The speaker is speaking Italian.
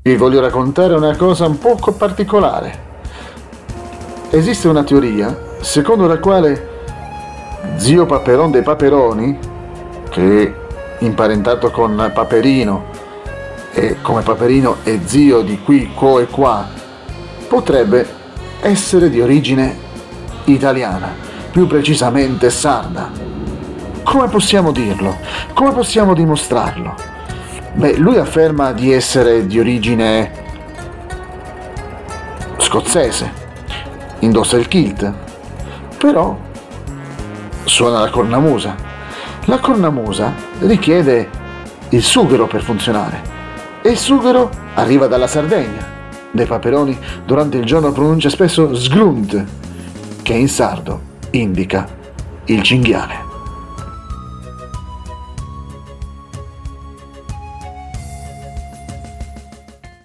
Vi voglio raccontare una cosa un poco particolare. Esiste una teoria secondo la quale zio Paperon dei Paperoni, che è imparentato con Paperino e come Paperino è zio di qui, qua e qua, potrebbe essere di origine italiana, più precisamente sarda. Come possiamo dirlo? Come possiamo dimostrarlo? Beh, lui afferma di essere di origine scozzese, indossa il kilt, però suona la cornamusa. La cornamusa richiede il sughero per funzionare e il sughero arriva dalla Sardegna. Dei Paperoni durante il giorno pronuncia spesso sgrunt, che in sardo indica il cinghiale.